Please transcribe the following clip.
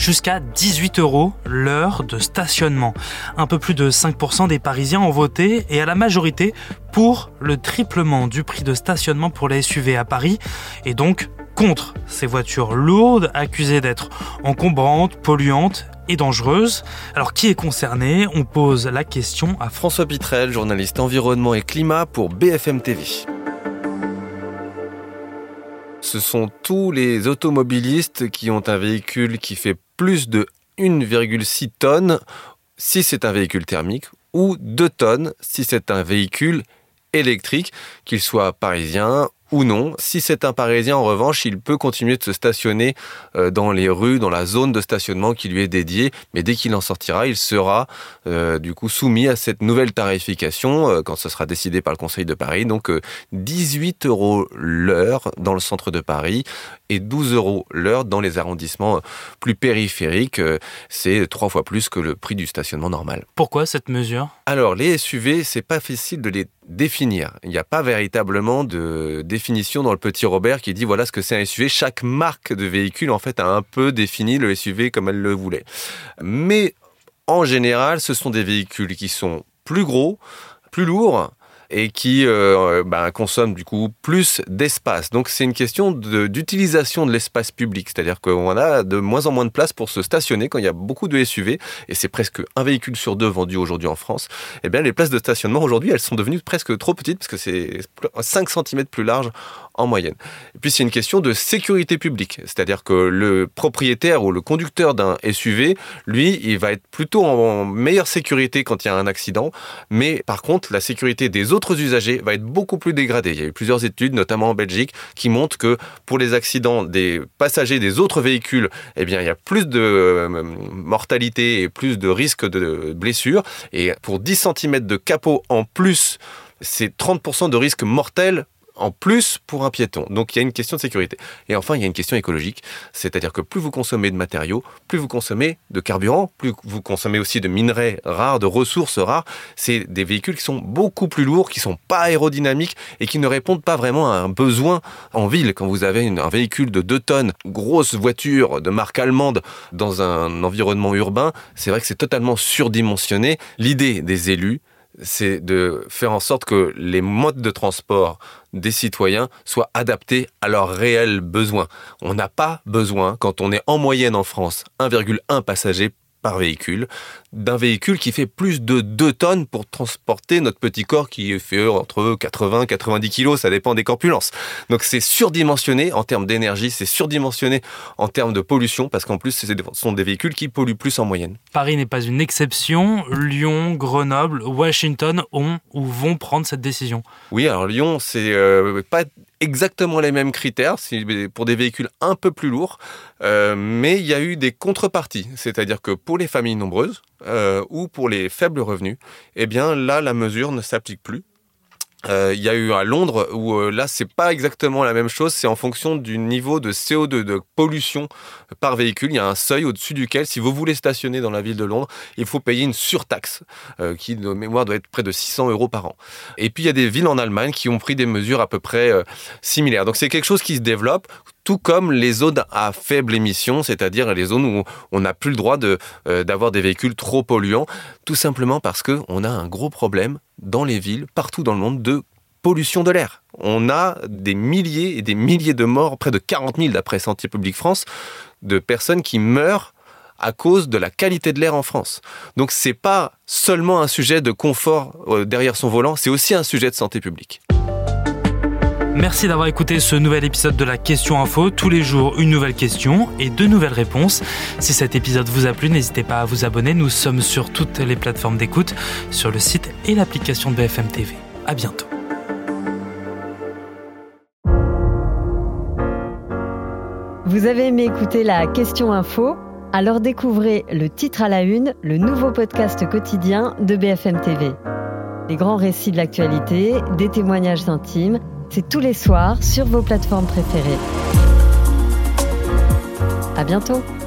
jusqu'à 18 € l'heure de stationnement. Un peu plus de 5% des Parisiens ont voté et à la majorité pour le triplement du prix de stationnement pour les SUV à Paris et donc contre ces voitures lourdes accusées d'être encombrantes, polluantes et dangereuses. Alors qui est concerné ? On pose la question à François Pitrel, journaliste environnement et climat pour BFM TV. Ce sont tous les automobilistes qui ont un véhicule qui fait plus de 1,6 tonnes si c'est un véhicule thermique ou 2 tonnes si c'est un véhicule électrique, qu'il soit parisien ou non. Si c'est un Parisien, en revanche, il peut continuer de se stationner dans les rues, dans la zone de stationnement qui lui est dédiée. Mais dès qu'il en sortira, il sera du coup soumis à cette nouvelle tarification quand ce sera décidé par le Conseil de Paris. Donc 18 € l'heure dans le centre de Paris et 12 € l'heure dans les arrondissements plus périphériques. C'est 3 fois plus que le prix du stationnement normal. Pourquoi cette mesure ? Alors, les SUV, c'est pas facile de les définir. Il n'y a pas véritablement de définition dans le Petit Robert qui dit voilà ce que c'est un SUV. Chaque marque de véhicule, en fait, a un peu défini le SUV comme elle le voulait. Mais, en général, ce sont des véhicules qui sont plus gros, plus lourds, et qui consomment du coup plus d'espace. Donc c'est une question d'utilisation de l'espace public, c'est-à-dire qu'on a de moins en moins de place pour se stationner quand il y a beaucoup de SUV, et c'est presque un véhicule sur 2 vendu aujourd'hui en France. Eh bien les places de stationnement aujourd'hui, elles sont devenues presque trop petites parce que c'est 5 cm plus large en moyenne. Et puis c'est une question de sécurité publique, c'est-à-dire que le propriétaire ou le conducteur d'un SUV, lui, il va être plutôt en meilleure sécurité quand il y a un accident, mais par contre la sécurité des autres usagers va être beaucoup plus dégradée. Il y a eu plusieurs études, notamment en Belgique, qui montrent que pour les accidents des passagers des autres véhicules, eh bien il y a plus de mortalité et plus de risques de blessures, et pour 10 cm de capot en plus, c'est 30% de risque mortel en plus pour un piéton. Donc il y a une question de sécurité. Et enfin, il y a une question écologique, c'est-à-dire que plus vous consommez de matériaux, plus vous consommez de carburant, plus vous consommez aussi de minerais rares, de ressources rares. C'est des véhicules qui sont beaucoup plus lourds, qui sont pas aérodynamiques et qui ne répondent pas vraiment à un besoin en ville. Quand vous avez un véhicule de 2 tonnes, grosse voiture de marque allemande dans un environnement urbain, c'est vrai que c'est totalement surdimensionné. L'idée des élus, c'est de faire en sorte que les modes de transport des citoyens soient adaptés à leurs réels besoins. On n'a pas besoin, quand on est en moyenne en France, 1,1 passager par véhicule, d'un véhicule qui fait plus de 2 tonnes pour transporter notre petit corps qui fait entre 80 et 90 kilos, ça dépend des corpulences. Donc c'est surdimensionné en termes d'énergie, c'est surdimensionné en termes de pollution, parce qu'en plus, ce sont des véhicules qui polluent plus en moyenne. Paris n'est pas une exception. Lyon, Grenoble, Washington ont ou vont prendre cette décision. Oui, alors Lyon, c'est pas exactement les mêmes critères, c'est pour des véhicules un peu plus lourds, mais il y a eu des contreparties, c'est-à-dire que pour les familles nombreuses ou pour les faibles revenus, eh bien là, la mesure ne s'applique plus. Il y a eu à Londres où là c'est pas exactement la même chose, c'est en fonction du niveau de CO2, de pollution par véhicule. Il y a un seuil au-dessus duquel, si vous voulez stationner dans la ville de Londres, il faut payer une surtaxe qui de mémoire doit être près de 600 € par an. Et puis il y a des villes en Allemagne qui ont pris des mesures à peu près similaires. Donc c'est quelque chose qui se développe, tout comme les zones à faible émission, c'est-à-dire les zones où on n'a plus le droit d'avoir des véhicules trop polluants, tout simplement parce qu'on a un gros problème dans les villes, partout dans le monde, de pollution de l'air. On a des milliers et des milliers de morts, près de 40 000 d'après Santé publique France, de personnes qui meurent à cause de la qualité de l'air en France. Donc c'est pas seulement un sujet de confort derrière son volant, c'est aussi un sujet de santé publique. Merci d'avoir écouté ce nouvel épisode de la Question Info. Tous les jours, une nouvelle question et 2 nouvelles réponses. Si cet épisode vous a plu, n'hésitez pas à vous abonner. Nous sommes sur toutes les plateformes d'écoute, sur le site et l'application de BFM TV. À bientôt. Vous avez aimé écouter la Question Info ? Alors découvrez le titre à la une, le nouveau podcast quotidien de BFM TV. Les grands récits de l'actualité, des témoignages intimes, c'est tous les soirs sur vos plateformes préférées. À bientôt.